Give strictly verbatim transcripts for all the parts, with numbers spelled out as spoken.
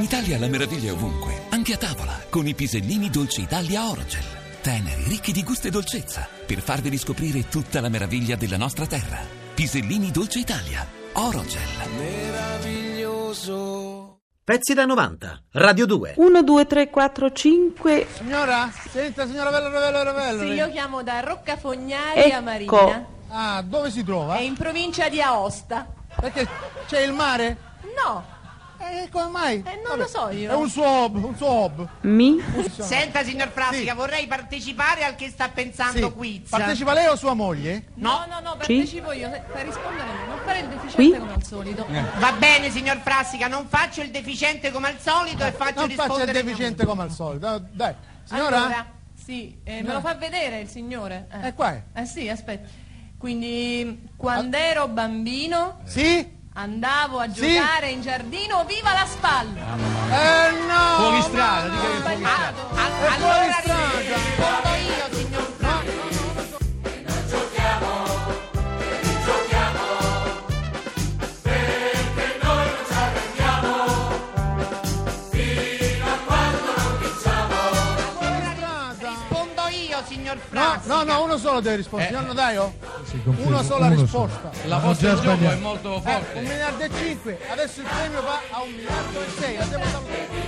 Italia la meraviglia è ovunque, anche a tavola, con i pisellini Dolce Italia Orogel. Teneri, ricchi di gusto e dolcezza, per farvi riscoprire tutta la meraviglia della nostra terra. Pisellini Dolce Italia Orogel. Meraviglioso. Pezzi da novanta, Radio due. uno, due, tre, quattro, cinque. Signora? Senta, signora Bello Ravello Ravello. Sì, io chiamo da Roccafognari a Ecco. Marina. Ah, dove si trova? È in provincia di Aosta. Perché c'è il mare? No, Eh, come mai? eh, non lo so io. È un suo hobby, un suo hobby. Mi? Senta, signor Frassica, Sì. vorrei partecipare al che sta pensando Sì. quiz. Partecipa lei o sua moglie? No, no, no, partecipo io. Se- Per rispondere io, non fare il deficiente Qui? come al solito. Va bene, signor Frassica, non faccio il deficiente come al solito e faccio Non faccia rispondere il deficiente come al solito. Dai, signora? Allora, sì, eh, me lo fa vedere il signore. Eh, Eh, qua è. Eh sì, aspetta. Quindi, quando ero bambino, Sì? andavo a Sì. giocare in giardino, viva la spalla. Eh no! Fuori strada, ma- dica che è fuori Ah, strada. ah, È fuori allora strada. rispondo io, signor Frassica. Rispondo io, signor No, Frassica. no, no, uno solo deve rispondere. Signor Notaio? Sì, confermo, Una sola uno risposta. solo. La Ho posta già in gioco è sbagliato. molto Eh, forte. un miliardo e cinque. Adesso il premio va a un miliardo e sei. Andiamo a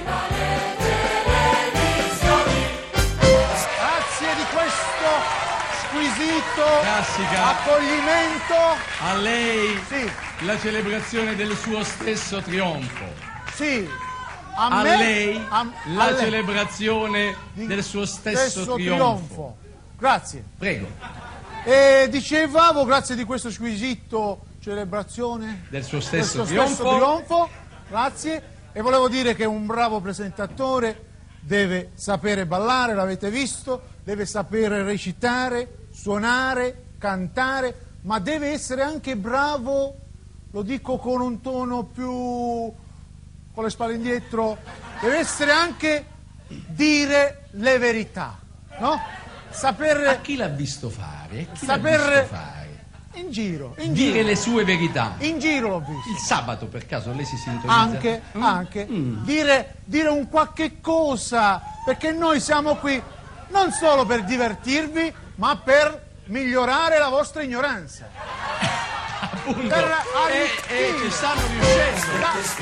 Grazie di questo squisito Classica. accoglimento. A lei Sì, la celebrazione del suo stesso trionfo. sì. A, A me, lei a- la a lei. celebrazione Di- del suo stesso, stesso trionfo. Grazie. Prego. E dicevamo, grazie di questo squisito celebrazione Del suo del stesso suo trionfo. stesso trionfo, grazie. E volevo dire che un bravo presentatore deve sapere ballare, l'avete visto, deve sapere recitare, suonare, cantare, ma deve essere anche bravo, lo dico con un tono più con le spalle indietro, deve essere anche dire le verità, no? Saper A chi l'ha visto fare? Chi Saper- l'ha visto fare? in giro, in Dire giro, le sue verità. in giro l'ho visto. Il sabato per caso lei si sintonizza? Anche, Mm? anche Mm. dire, dire un qualche cosa, perché noi siamo qui non solo per divertirvi, ma per migliorare la vostra ignoranza. Appunto. Per E, e arricchire. ci stanno riuscendo.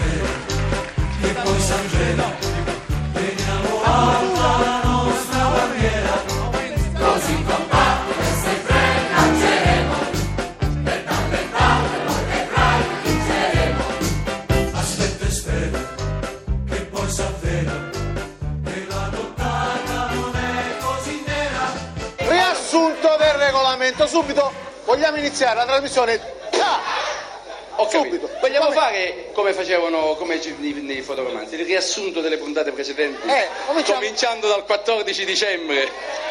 Riassunto del regolamento, subito vogliamo iniziare la trasmissione. Ah! Ho capito. Subito. Vogliamo Come- fare come facevano come ci- nei, nei fotoromanzi, il riassunto delle puntate precedenti, Eh, cominciamo. cominciando dal quattordici dicembre.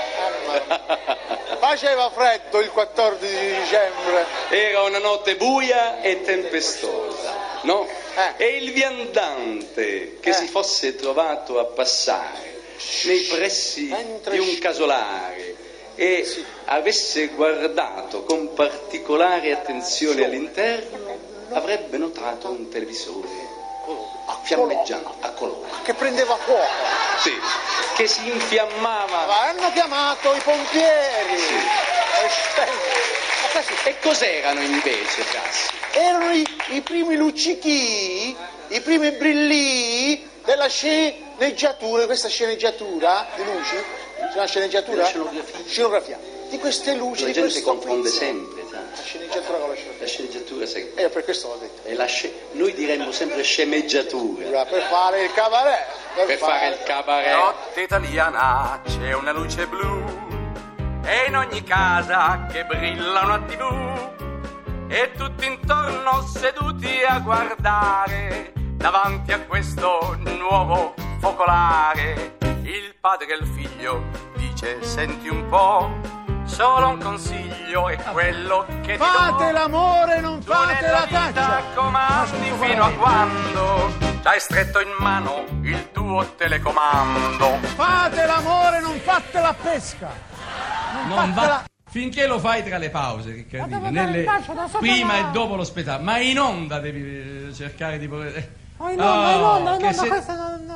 Faceva freddo il quattordici dicembre. Era una notte buia e tempestosa, no? Eh. E il viandante che Eh. si fosse trovato a passare nei pressi Mentre di un sci- casolare e avesse guardato con particolare attenzione all'interno, avrebbe notato un televisore fiammeggiante a colore. Che prendeva fuoco. Sì, che si infiammava. Ma hanno chiamato i pompieri. È spento. E cos'erano invece, Cassi? Erano i, i primi luccichi, i primi brillii della sceneggiatura, di questa sceneggiatura di luci, c'è una sceneggiatura? Della scenografia. Scenografia. Di queste luci, La di gente questi confonde prizzi. sempre, sa? La sceneggiatura con la sceneggiatura. La sceneggiatura sempre. E per questo l'ho detto. E la sce- Noi diremmo sempre scemeggiatura. Per fare il cabaret. Per fare il cabaret. Notte italiana c'è una luce blu e in ogni casa che brilla una tivù e tutti intorno seduti a guardare davanti a questo nuovo focolare. Il padre al figlio dice: senti un po', solo un consiglio è quello che ti do. Fate l'amore, non Tu fate nella la vita caccia. comandi fino a quando hai stretto in mano il tuo telecomando. Fate l'amore, non fate la pesca. Non, Non fate va. la... Finché lo fai tra le pause, che Ma capito? devo dare Nelle- il bacio da sopra prima la- e dopo lo spettacolo, ma in onda devi eh, cercare di poter. Oh, in onda, in onda, in che onda, se- questa non-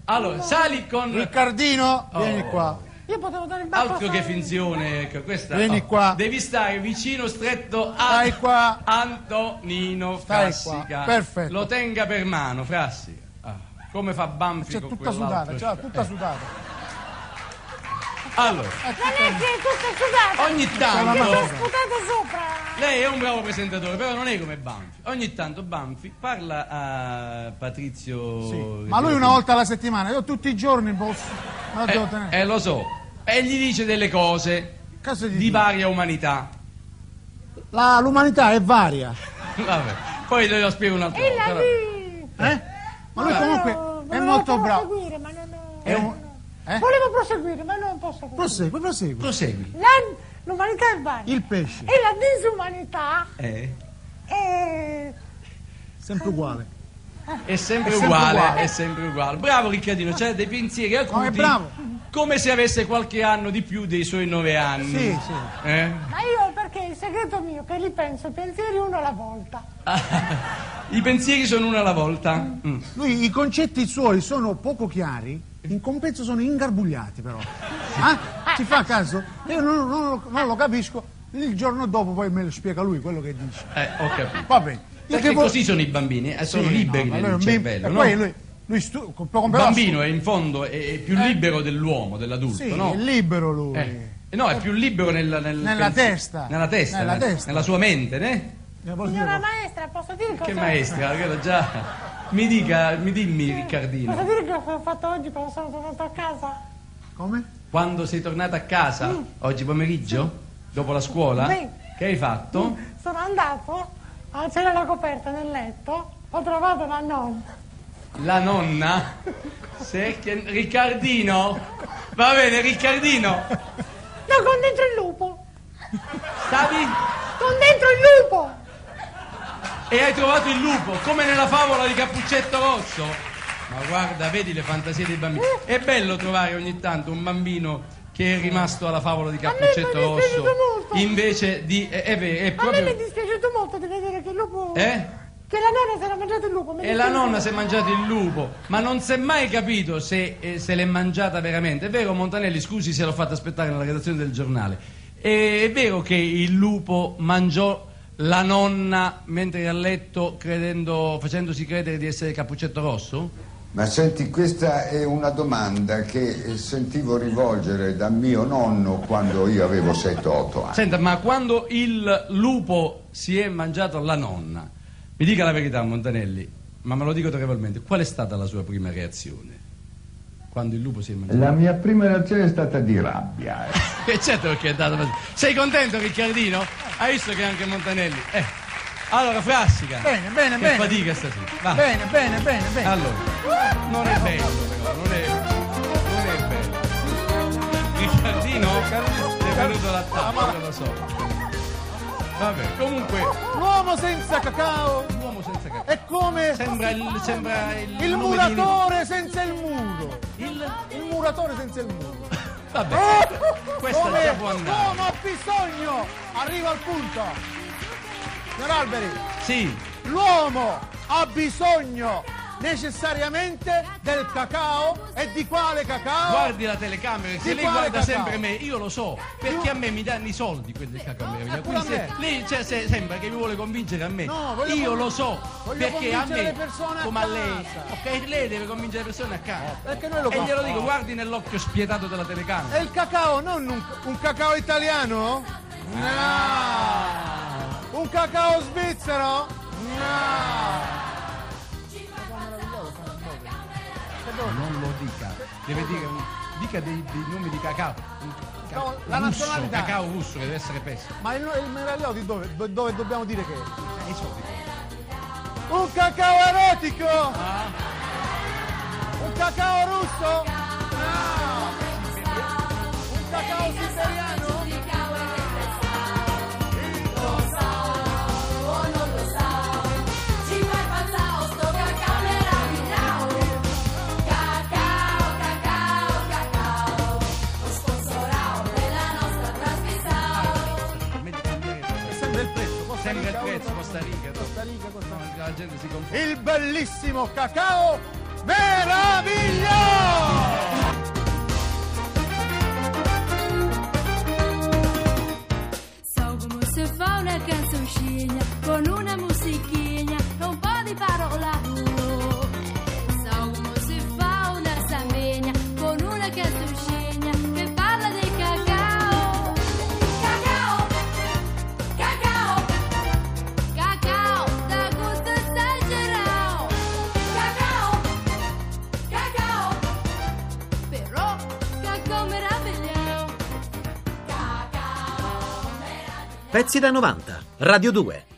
Allora, sali con... Riccardino, Oh. vieni qua. Io potevo dare il bacco. Altro che finzione, ecco, questa... Vieni oh, qua. Devi stare vicino, stretto a... Stai qua. Antonino Stai Frassica. qua, perfetto. Lo tenga per mano, Frassica. Ah, come fa Banfi C'è con tutta sudata, quell'altro? c'è tutta Eh. sudata. Allora, Non è che è tutta sudata. ogni Che tanto... sono sputate sopra. Lei è un bravo presentatore, però non è come Banfi. Ogni tanto Banfi parla a Patrizio... Sì. Ma lui una volta alla settimana, io tutti i giorni posso. Me la devo Eh, tenere. eh, lo so. E gli dice delle cose Cosa gli di dici? varia umanità. La- l'umanità è varia. Vabbè, poi le lo spiego un'altra E volta. la lì. Eh? Ma lui comunque Volevo- è volevo molto bravo. proseguire, ma non È un- eh? Volevo proseguire, ma non posso. Prosegui, prosegui. Prosegui. La- L'umanità è varia. Il pesce, E la disumanità Eh, è... sempre uguale. è sempre È sempre uguale, uguale. è sempre uguale. Bravo Riccardino, c'ha dei pensieri No, acuti. è bravo. Come se avesse qualche anno di più dei suoi nove anni. Sì, sì. Eh? Ma io perché il segreto mio che li penso i pensieri uno alla volta. I pensieri sono uno alla volta. Mm. Lui i concetti suoi sono poco chiari, in compenso sono ingarbugliati però. Ah? Ci fa caso? Io non, non lo, non lo capisco, il giorno dopo poi me lo spiega lui quello che dice. Eh, ho capito. Va bene. Io Perché che vo- così sono i bambini, eh, sono Sì, liberi no, ma nel lui è un bim- cervello, e no? poi lui, lui stu- com- com- Il però bambino è in fondo è, è più libero dell'uomo, dell'adulto, Sì, no? è libero lui. Eh. No, è più libero nel, nel Nella pensiero- testa. Nella testa, Nella nel- testa. nella sua mente, né? Ne vuol dire Signora cosa? maestra, posso dire cosa... Che maestra, quello già. Mi dica, mi dimmi Posso Riccardino, dire che ho fatto oggi quando sono tornato a casa? Come? quando sei tornata a casa, oggi pomeriggio, dopo la scuola, Sì. che hai fatto? Sono andato, ah, c'era la coperta nel letto, ho trovato la nonna. La nonna? Se che... Riccardino? Va bene, Riccardino. No, con dentro il lupo. Stavi? Con dentro il lupo. E hai trovato il lupo, come nella favola di Cappuccetto Rosso. Ma guarda, vedi le fantasie dei bambini. È bello trovare ogni tanto un bambino che è rimasto alla favola di A me Cappuccetto mi è dispiaciuto Rosso molto. invece di... È, è vero, è A me proprio... mi è dispiaciuto molto di vedere che il lupo... Eh? Che la nonna si era mangiato il lupo. mi E la dispiace. nonna si è mangiato il lupo, ma non si è mai capito se, eh, se l'è mangiata veramente. È vero, Montanelli, scusi se l'ho fatta aspettare nella redazione del giornale. E, è vero che il lupo mangiò la nonna mentre era a letto, credendo, facendosi credere di essere Cappuccetto Rosso? Ma senti, questa è una domanda che sentivo rivolgere da mio nonno quando io avevo sette otto anni. Senta, ma quando il lupo si è mangiato la nonna, mi dica la verità, Montanelli, ma me lo dico autorevolmente, qual è stata la sua prima reazione? Quando il lupo si è mangiato? La mia prima reazione è stata di rabbia. Eh. E certo perché è andato così. Sei contento, Riccardino? Hai visto che anche Montanelli? Eh. Allora, Frassica. Bene, bene, che bene. fatica stasera. Va. Bene, bene, bene, bene. Allora, non è bello però, non è, non è bello. Riccardino è venuto l'attacco, io lo so. Vabbè, comunque, L'uomo senza cacao l'uomo senza capelli. è come Sembra il, sembra il, il nome di un- muratore senza il muro. Il... Il muratore senza il muro. Vabbè, questa Come già può andare. l'uomo ha bisogno, arriva al punto. Signor Alberi, Sì, l'uomo ha bisogno necessariamente del cacao e di quale cacao? guardi la telecamera, se Di lei quale guarda cacao? sempre me, io lo so, perché a me mi danno i soldi quelli del cacao meraviglia. pure a Quindi se- me. lei cioè, se- sembra che mi vuole convincere a me. No, voglio io convin- lo so, voglio perché a convincere me, le persone a come a lei, casa. ok, lei deve convincere le persone a casa. Perché noi lo E glielo facciamo. dico, guardi nell'occhio spietato della E telecamera. il cacao non un, un cacao italiano? No. Un cacao svizzero? No. Non lo dica, deve dire, un- dica dei, dei nomi di cacao. Un ca- No, la russo, nazionalità. cacao russo che deve essere pessimo. Ma il, il meraviglioso di dove, do- dove dobbiamo dire che è? E i soldi. Un cacao erotico? Ah. Un cacao russo? No. Un cacao siberiano? È sempre il prezzo. Costa Sempre il Rica, prezzo, uno- Costa Rica. Costa Rica, Costa Rica. La gente si confonde. Il bellissimo cacao meraviglioso! Pezzi da novanta. Radio due.